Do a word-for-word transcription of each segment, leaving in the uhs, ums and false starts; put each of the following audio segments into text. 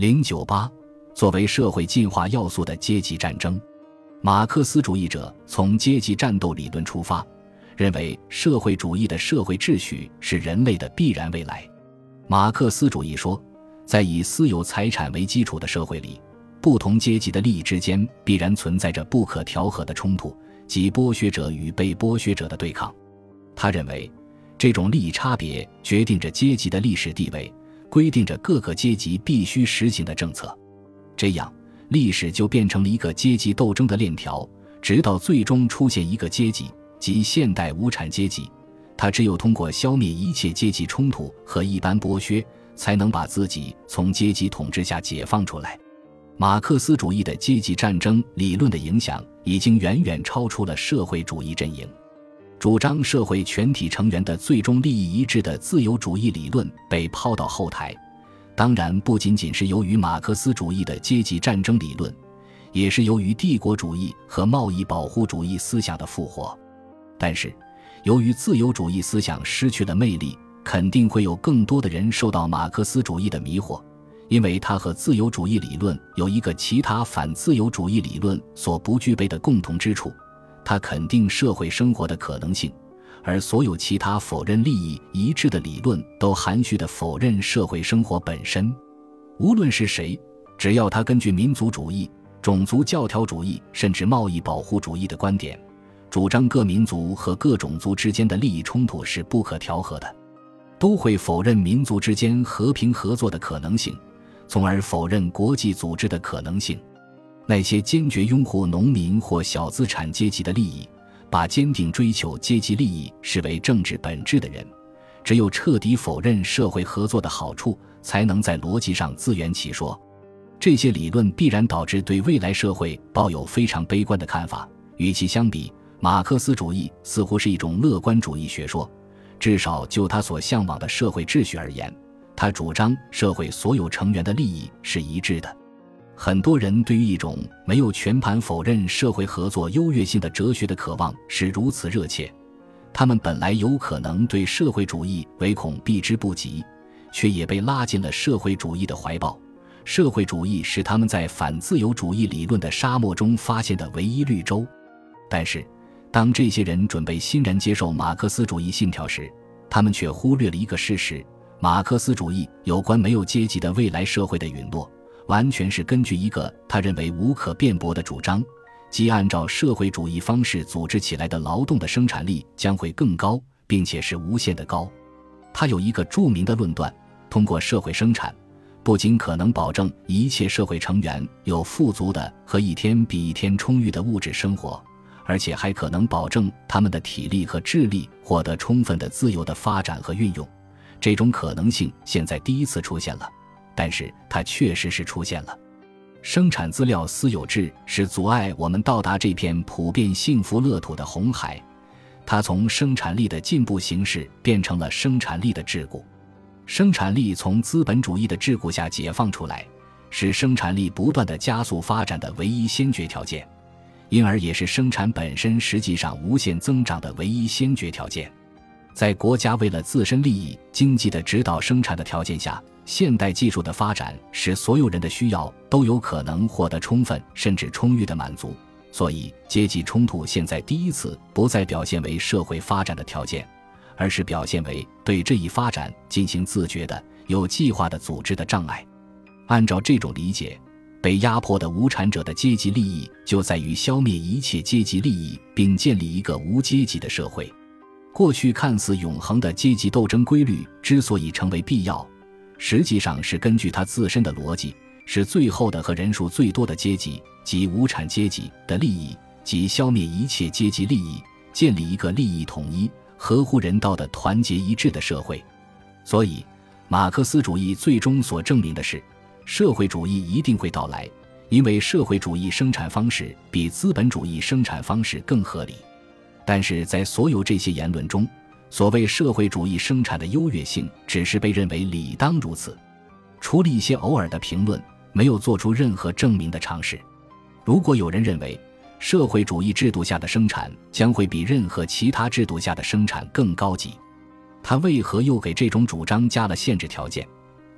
零九八作为社会进化要素的阶级战争。马克思主义者从阶级战斗理论出发，认为社会主义的社会秩序是人类的必然未来。马克思主义说，在以私有财产为基础的社会里，不同阶级的利益之间必然存在着不可调和的冲突，即剥削者与被剥削者的对抗。他认为，这种利益差别决定着阶级的历史地位，规定着各个阶级必须实行的政策。这样，历史就变成了一个阶级斗争的链条，直到最终出现一个阶级，即现代无产阶级。他只有通过消灭一切阶级冲突和一般剥削，才能把自己从阶级统治下解放出来。马克思主义的阶级战争理论的影响已经远远超出了社会主义阵营。主张社会全体成员的最终利益一致的自由主义理论被抛到后台，当然不仅仅是由于马克思主义的阶级战争理论，也是由于帝国主义和贸易保护主义思想的复活。但是，由于自由主义思想失去了魅力，肯定会有更多的人受到马克思主义的迷惑，因为它和自由主义理论有一个其他反自由主义理论所不具备的共同之处，它肯定社会生活的可能性，而所有其他否认利益一致的理论都含蓄地否认社会生活本身。无论是谁，只要他根据民族主义、种族教条主义甚至贸易保护主义的观点，主张各民族和各种族之间的利益冲突是不可调和的，都会否认民族之间和平合作的可能性，从而否认国际组织的可能性。那些坚决拥护农民或小资产阶级的利益，把坚定追求阶级利益视为政治本质的人，只有彻底否认社会合作的好处，才能在逻辑上自圆其说。这些理论必然导致对未来社会抱有非常悲观的看法。与其相比，马克思主义似乎是一种乐观主义学说，至少就他所向往的社会秩序而言，他主张社会所有成员的利益是一致的。很多人对于一种没有全盘否认社会合作优越性的哲学的渴望是如此热切，他们本来有可能对社会主义唯恐避之不及，却也被拉进了社会主义的怀抱。社会主义是他们在反自由主义理论的沙漠中发现的唯一绿洲。但是，当这些人准备欣然接受马克思主义信条时，他们却忽略了一个事实：马克思主义有关没有阶级的未来社会的允诺，完全是根据一个他认为无可辩驳的主张，即按照社会主义方式组织起来的劳动的生产力将会更高，并且是无限的高。他有一个著名的论断：通过社会生产，不仅可能保证一切社会成员有富足的和一天比一天充裕的物质生活，而且还可能保证他们的体力和智力获得充分的自由的发展和运用。这种可能性现在第一次出现了，但是它确实是出现了。生产资料私有制是阻碍我们到达这片普遍幸福乐土的红海，它从生产力的进步形式变成了生产力的桎梏。生产力从资本主义的桎梏下解放出来，是生产力不断的加速发展的唯一先决条件，因而也是生产本身实际上无限增长的唯一先决条件。在国家为了自身利益经济的指导生产的条件下，现代技术的发展使所有人的需要都有可能获得充分甚至充裕的满足，所以阶级冲突现在第一次不再表现为社会发展的条件，而是表现为对这一发展进行自觉的、有计划的组织的障碍。按照这种理解，被压迫的无产者的阶级利益就在于消灭一切阶级利益，并建立一个无阶级的社会。过去看似永恒的阶级斗争规律之所以成为必要，实际上是根据它自身的逻辑，是最后的和人数最多的阶级即无产阶级的利益，即消灭一切阶级利益，建立一个利益统一、合乎人道的团结一致的社会。所以马克思主义最终所证明的是，社会主义一定会到来，因为社会主义生产方式比资本主义生产方式更合理。但是在所有这些言论中，所谓社会主义生产的优越性只是被认为理当如此，除了一些偶尔的评论，没有做出任何证明的尝试。如果有人认为社会主义制度下的生产将会比任何其他制度下的生产更高级，他为何又给这种主张加了限制条件？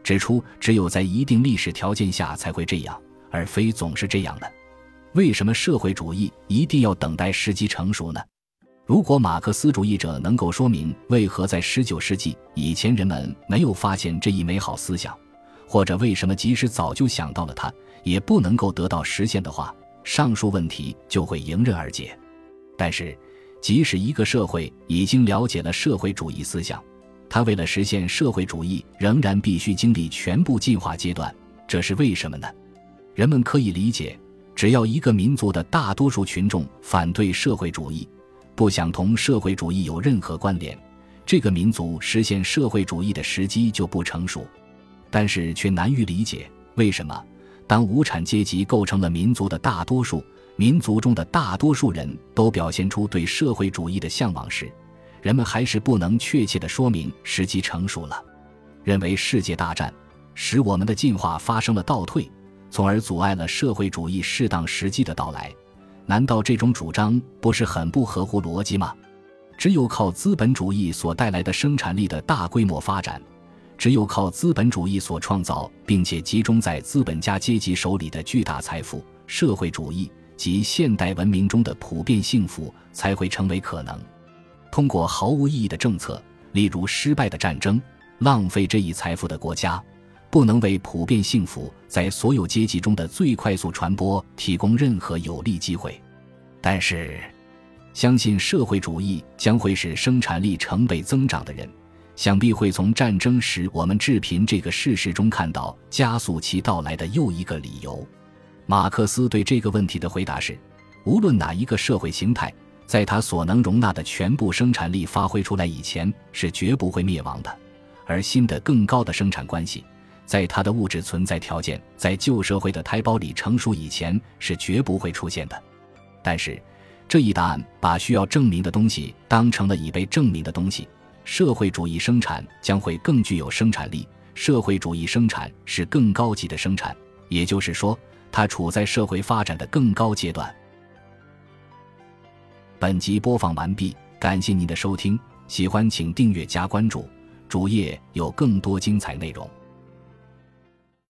指出只有在一定历史条件下才会这样，而非总是这样的。为什么社会主义一定要等待时机成熟呢？如果马克思主义者能够说明为何在十九世纪以前人们没有发现这一美好思想，或者为什么即使早就想到了它，也不能够得到实现的话，上述问题就会迎刃而解。但是即使一个社会已经了解了社会主义思想，它为了实现社会主义仍然必须经历全部进化阶段，这是为什么呢？人们可以理解，只要一个民族的大多数群众反对社会主义，不想同社会主义有任何关联，这个民族实现社会主义的时机就不成熟。但是却难于理解，为什么当无产阶级构成了民族的大多数，民族中的大多数人都表现出对社会主义的向往时，人们还是不能确切地说明时机成熟了。认为世界大战使我们的进化发生了倒退，从而阻碍了社会主义适当时机的到来，难道这种主张不是很不合乎逻辑吗？只有靠资本主义所带来的生产力的大规模发展，只有靠资本主义所创造并且集中在资本家阶级手里的巨大财富，社会主义及现代文明中的普遍幸福才会成为可能。通过毫无意义的政策，例如失败的战争，浪费这一财富的国家，不能为普遍幸福在所有阶级中的最快速传播提供任何有利机会。但是相信社会主义将会使生产力成倍增长的人，想必会从战争使我们致贫这个事实中看到加速其到来的又一个理由。马克思对这个问题的回答是，无论哪一个社会形态，在它所能容纳的全部生产力发挥出来以前是绝不会灭亡的，而新的更高的生产关系在它的物质存在条件在旧社会的胎胞里成熟以前是绝不会出现的。但是这一答案把需要证明的东西当成了已被证明的东西，社会主义生产将会更具有生产力，社会主义生产是更高级的生产，也就是说它处在社会发展的更高阶段。本集播放完毕，感谢您的收听，喜欢请订阅加关注，主页有更多精彩内容。